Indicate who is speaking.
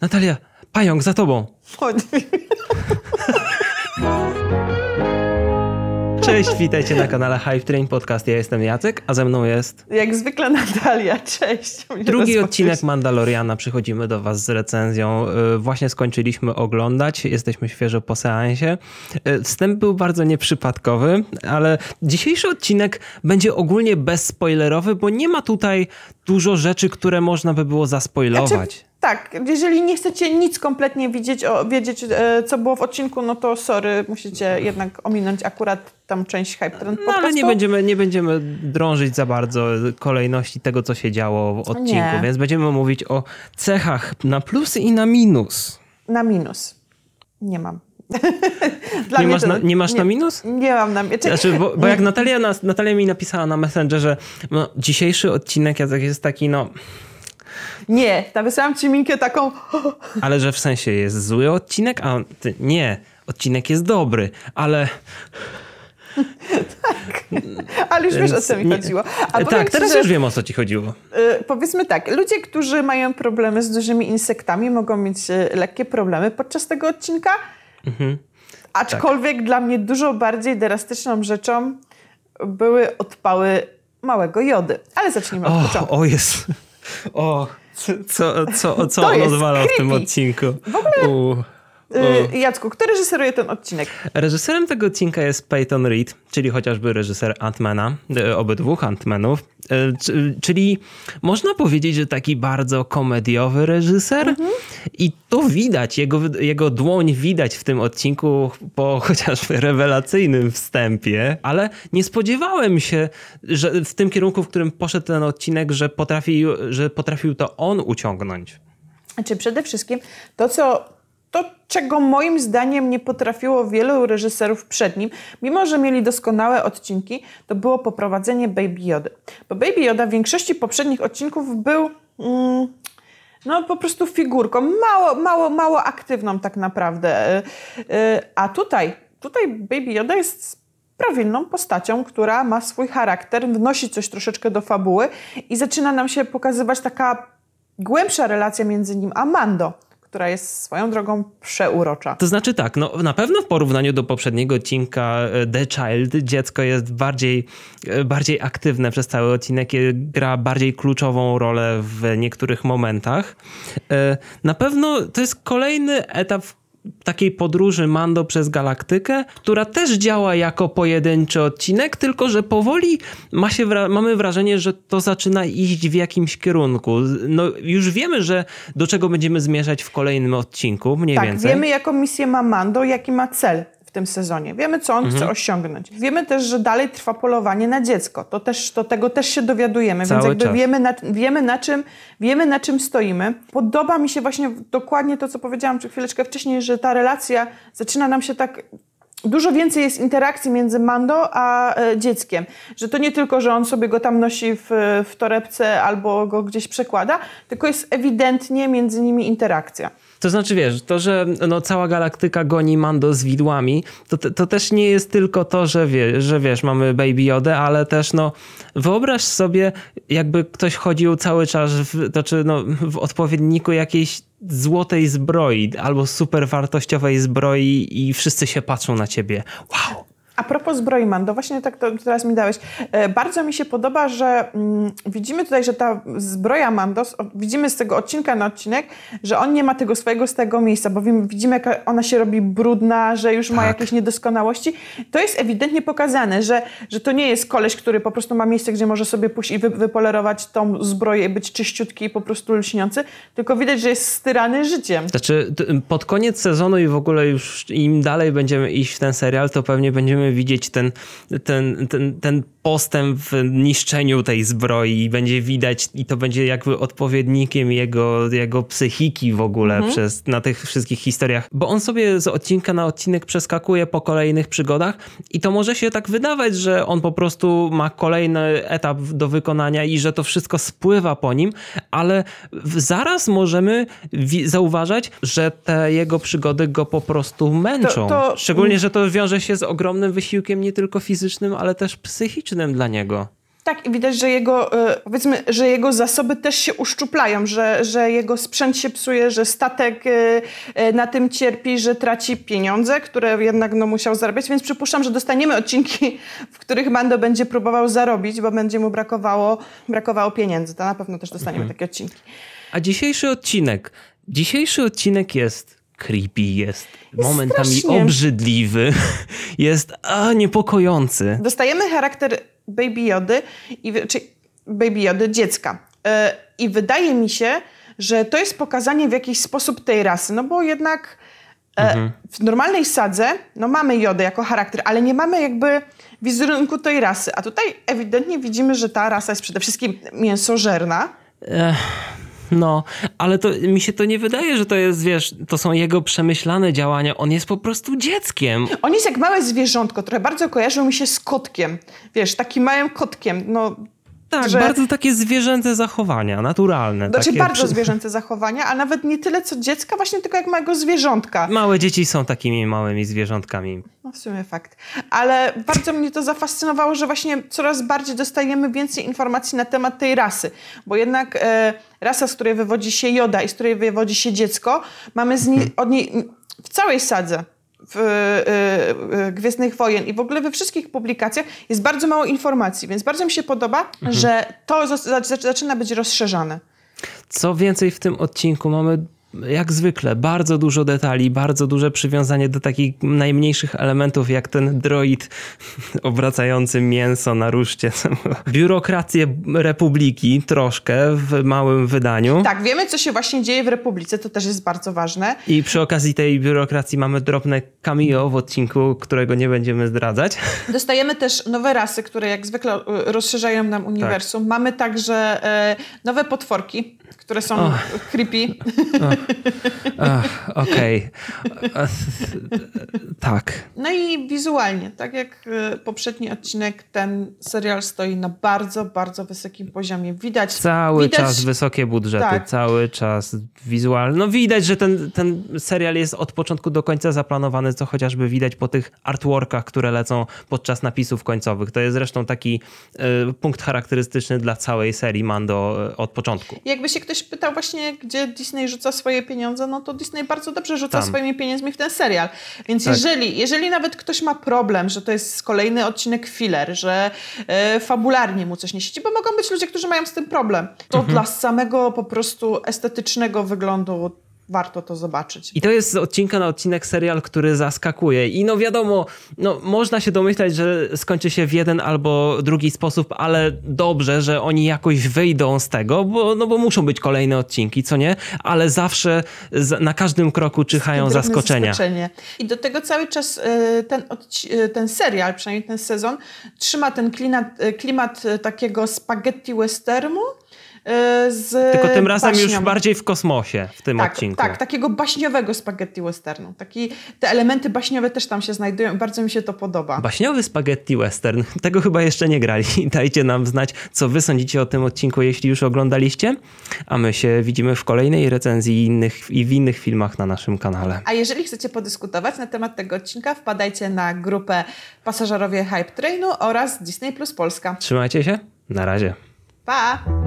Speaker 1: Natalia, pająk za tobą.
Speaker 2: Chodź.
Speaker 1: Cześć, witajcie na kanale Hype Train Podcast. Ja jestem Jacek, a ze mną jest...
Speaker 2: Jak zwykle Natalia, cześć.
Speaker 1: Drugi odcinek Mandaloriana. Przychodzimy do was z recenzją. Właśnie skończyliśmy oglądać. Jesteśmy świeżo po seansie. Wstęp był bardzo nieprzypadkowy, ale dzisiejszy odcinek będzie ogólnie bezspoilerowy, bo nie ma tutaj dużo rzeczy, które można by było zaspoilować.
Speaker 2: Tak, jeżeli nie chcecie nic kompletnie wiedzieć, co było w odcinku, no to sorry, musicie jednak ominąć akurat tam część Hype Train podcastu.
Speaker 1: No ale nie będziemy drążyć za bardzo kolejności tego, co się działo w odcinku, więc będziemy mówić o cechach na plus i na minus.
Speaker 2: Na minus. Nie mam.
Speaker 1: Nie masz na minus?
Speaker 2: Nie mam na minus.
Speaker 1: Znaczy, bo jak Natalia mi napisała na Messengerze, no, dzisiejszy odcinek jest taki, no...
Speaker 2: Nie, napisałam ci minkę taką...
Speaker 1: Ale że w sensie jest zły odcinek? A nie, odcinek jest dobry, ale...
Speaker 2: Tak, ale już wiesz, o co mi chodziło.
Speaker 1: Tak, teraz już wiem, o co ci chodziło.
Speaker 2: Powiedzmy tak, ludzie, którzy mają problemy z dużymi insektami, mogą mieć lekkie problemy podczas tego odcinka. Mhm. Aczkolwiek dla mnie dużo bardziej drastyczną rzeczą były odpały małego Jody. Ale zacznijmy od początku.
Speaker 1: O jest... O, co on odwalał w tym odcinku?
Speaker 2: W ogóle, Jacku, kto reżyseruje ten odcinek?
Speaker 1: Reżyserem tego odcinka jest Peyton Reed, czyli chociażby reżyser Ant-Mana, obydwu Ant-Manów. Czyli można powiedzieć, że taki bardzo komediowy reżyser. Mhm. I to widać, jego dłoń widać w tym odcinku po chociażby rewelacyjnym wstępie, ale nie spodziewałem się, że w tym kierunku, w którym poszedł ten odcinek, że potrafił to on uciągnąć.
Speaker 2: Znaczy przede wszystkim to, czego moim zdaniem nie potrafiło wielu reżyserów przed nim, mimo że mieli doskonałe odcinki, to było poprowadzenie Baby Jody. Bo Baby Yoda w większości poprzednich odcinków był po prostu figurką, mało aktywną tak naprawdę. A tutaj Baby Yoda jest prawilną postacią, która ma swój charakter, wnosi coś troszeczkę do fabuły i zaczyna nam się pokazywać taka głębsza relacja między nim a Mando, która jest swoją drogą przeurocza.
Speaker 1: To znaczy tak, no na pewno w porównaniu do poprzedniego odcinka The Child, dziecko jest bardziej aktywne przez cały odcinek, gra bardziej kluczową rolę w niektórych momentach. Na pewno to jest kolejny etap takiej podróży Mando przez galaktykę, która też działa jako pojedynczy odcinek, tylko że powoli mamy wrażenie, że to zaczyna iść w jakimś kierunku. No już wiemy, że do czego będziemy zmierzać w kolejnym odcinku, mniej więcej.
Speaker 2: Tak, wiemy jaką misję ma Mando, jaki ma cel w tym sezonie. Wiemy, co on chce osiągnąć. Wiemy też, że dalej trwa polowanie na dziecko. Tego też się dowiadujemy,
Speaker 1: cały
Speaker 2: więc jakby
Speaker 1: czas.
Speaker 2: wiemy na czym stoimy. Podoba mi się właśnie dokładnie to, co powiedziałam chwileczkę wcześniej, że ta relacja zaczyna nam się tak... Dużo więcej jest interakcji między Mando a dzieckiem. Że to nie tylko, że on sobie go tam nosi w torebce albo go gdzieś przekłada, tylko jest ewidentnie między nimi interakcja.
Speaker 1: To znaczy, wiesz, to, że cała galaktyka goni Mando z widłami, to też nie jest tylko to, że wiesz, mamy Baby Yodę, ale też wyobraź sobie, jakby ktoś chodził cały czas w odpowiedniku jakiejś złotej zbroi albo super wartościowej zbroi i wszyscy się patrzą na ciebie. Wow!
Speaker 2: A propos zbroi Mando, właśnie tak to teraz mi dałeś. Bardzo mi się podoba, że widzimy tutaj, że ta zbroja Mando, widzimy z tego odcinka na odcinek, że on nie ma tego swojego stałego miejsca, bo widzimy, jak ona się robi brudna, że już ma jakieś niedoskonałości. To jest ewidentnie pokazane, że to nie jest koleś, który po prostu ma miejsce, gdzie może sobie pójść i wypolerować tą zbroję i być czyściutki i po prostu lśniący, tylko widać, że jest styrany życiem.
Speaker 1: Znaczy, pod koniec sezonu i w ogóle już im dalej będziemy iść w ten serial, to pewnie będziemy widzieć ten postęp w niszczeniu tej zbroi i będzie widać i to będzie jakby odpowiednikiem jego psychiki w ogóle na tych wszystkich historiach. Bo on sobie z odcinka na odcinek przeskakuje po kolejnych przygodach i to może się tak wydawać, że on po prostu ma kolejny etap do wykonania i że to wszystko spływa po nim, ale zaraz możemy zauważać, że te jego przygody go po prostu męczą. Szczególnie, że to wiąże się z ogromnym wysiłkiem nie tylko fizycznym, ale też psychicznym dla niego.
Speaker 2: Tak, i widać, że jego, powiedzmy, że jego zasoby też się uszczuplają, że jego sprzęt się psuje, że statek na tym cierpi, że traci pieniądze, które jednak musiał zarabiać, więc przypuszczam, że dostaniemy odcinki, w których Mando będzie próbował zarobić, bo będzie mu brakowało pieniędzy. To na pewno też dostaniemy takie odcinki.
Speaker 1: A dzisiejszy odcinek jest creepy, jest momentami
Speaker 2: strasznie
Speaker 1: obrzydliwy, jest niepokojący.
Speaker 2: Dostajemy charakter Baby Jody, Baby Jody, dziecka. I wydaje mi się, że to jest pokazanie w jakiś sposób tej rasy, no bo jednak w normalnej sadze mamy Jodę jako charakter, ale nie mamy jakby wizerunku tej rasy. A tutaj ewidentnie widzimy, że ta rasa jest przede wszystkim mięsożerna.
Speaker 1: No, ale mi się to nie wydaje, że to jest, wiesz, to są jego przemyślane działania. On jest po prostu dzieckiem.
Speaker 2: On jest jak małe zwierzątko, trochę bardzo kojarzył mi się z kotkiem. Wiesz, takim małym kotkiem,
Speaker 1: Tak, bardzo takie zwierzęce zachowania, naturalne.
Speaker 2: Znaczy bardzo zwierzęce zachowania, a nawet nie tyle co dziecka, właśnie tylko jak małego zwierzątka.
Speaker 1: Małe dzieci są takimi małymi zwierzątkami.
Speaker 2: No w sumie fakt. Ale bardzo mnie to zafascynowało, że właśnie coraz bardziej dostajemy więcej informacji na temat tej rasy. Bo jednak rasa, z której wywodzi się Joda i z której wywodzi się dziecko, mamy od niej w całej sadze Gwiezdnych Wojen i w ogóle we wszystkich publikacjach jest bardzo mało informacji, więc bardzo mi się podoba, że to zaczyna być rozszerzane.
Speaker 1: Co więcej, w tym odcinku mamy jak zwykle bardzo dużo detali, bardzo duże przywiązanie do takich najmniejszych elementów, jak ten droid obracający mięso na ruszcie. Biurokrację Republiki troszkę w małym wydaniu.
Speaker 2: Tak, wiemy, co się właśnie dzieje w Republice, to też jest bardzo ważne.
Speaker 1: I przy okazji tej biurokracji mamy drobne cameo w odcinku, którego nie będziemy zdradzać.
Speaker 2: Dostajemy też nowe rasy, które jak zwykle rozszerzają nam uniwersum. Tak. Mamy także nowe potworki, które są creepy. Okej.
Speaker 1: Tak.
Speaker 2: No i wizualnie, tak jak poprzedni odcinek, ten serial stoi na bardzo, bardzo wysokim poziomie. Widać
Speaker 1: cały czas wysokie budżety, tak. Cały czas wizualnie. No widać, że ten serial jest od początku do końca zaplanowany, co chociażby widać po tych artworkach, które lecą podczas napisów końcowych. To jest zresztą taki punkt charakterystyczny dla całej serii Mando od początku.
Speaker 2: Jakby się ktoś pytał właśnie, gdzie Disney rzuca swoje pieniądze, no to Disney bardzo dobrze rzuca swoimi pieniędzmi w ten serial. Więc tak. jeżeli nawet ktoś ma problem, że to jest kolejny odcinek filler, że fabularnie mu coś nie siedzi, bo mogą być ludzie, którzy mają z tym problem, to dla samego po prostu estetycznego wyglądu warto to zobaczyć.
Speaker 1: I to jest z odcinka na odcinek serial, który zaskakuje. I wiadomo, można się domyślać, że skończy się w jeden albo drugi sposób, ale dobrze, że oni jakoś wyjdą z tego, bo muszą być kolejne odcinki, co nie? Ale zawsze na każdym kroku czyhają zaskoczenia.
Speaker 2: I do tego cały czas ten serial, przynajmniej ten sezon, trzyma ten klimat takiego spaghetti westernu,
Speaker 1: tylko tym razem baśnią. Już bardziej w kosmosie w tym odcinku.
Speaker 2: Tak, takiego baśniowego spaghetti westernu. Te elementy baśniowe też tam się znajdują i bardzo mi się to podoba.
Speaker 1: Baśniowy spaghetti western. Tego chyba jeszcze nie grali. Dajcie nam znać, co wy sądzicie o tym odcinku, jeśli już oglądaliście. A my się widzimy w kolejnej recenzji i w innych filmach na naszym kanale.
Speaker 2: A jeżeli chcecie podyskutować na temat tego odcinka, wpadajcie na grupę Pasażerowie Hype Trainu oraz Disney Plus Polska.
Speaker 1: Trzymajcie się. Na razie.
Speaker 2: Pa!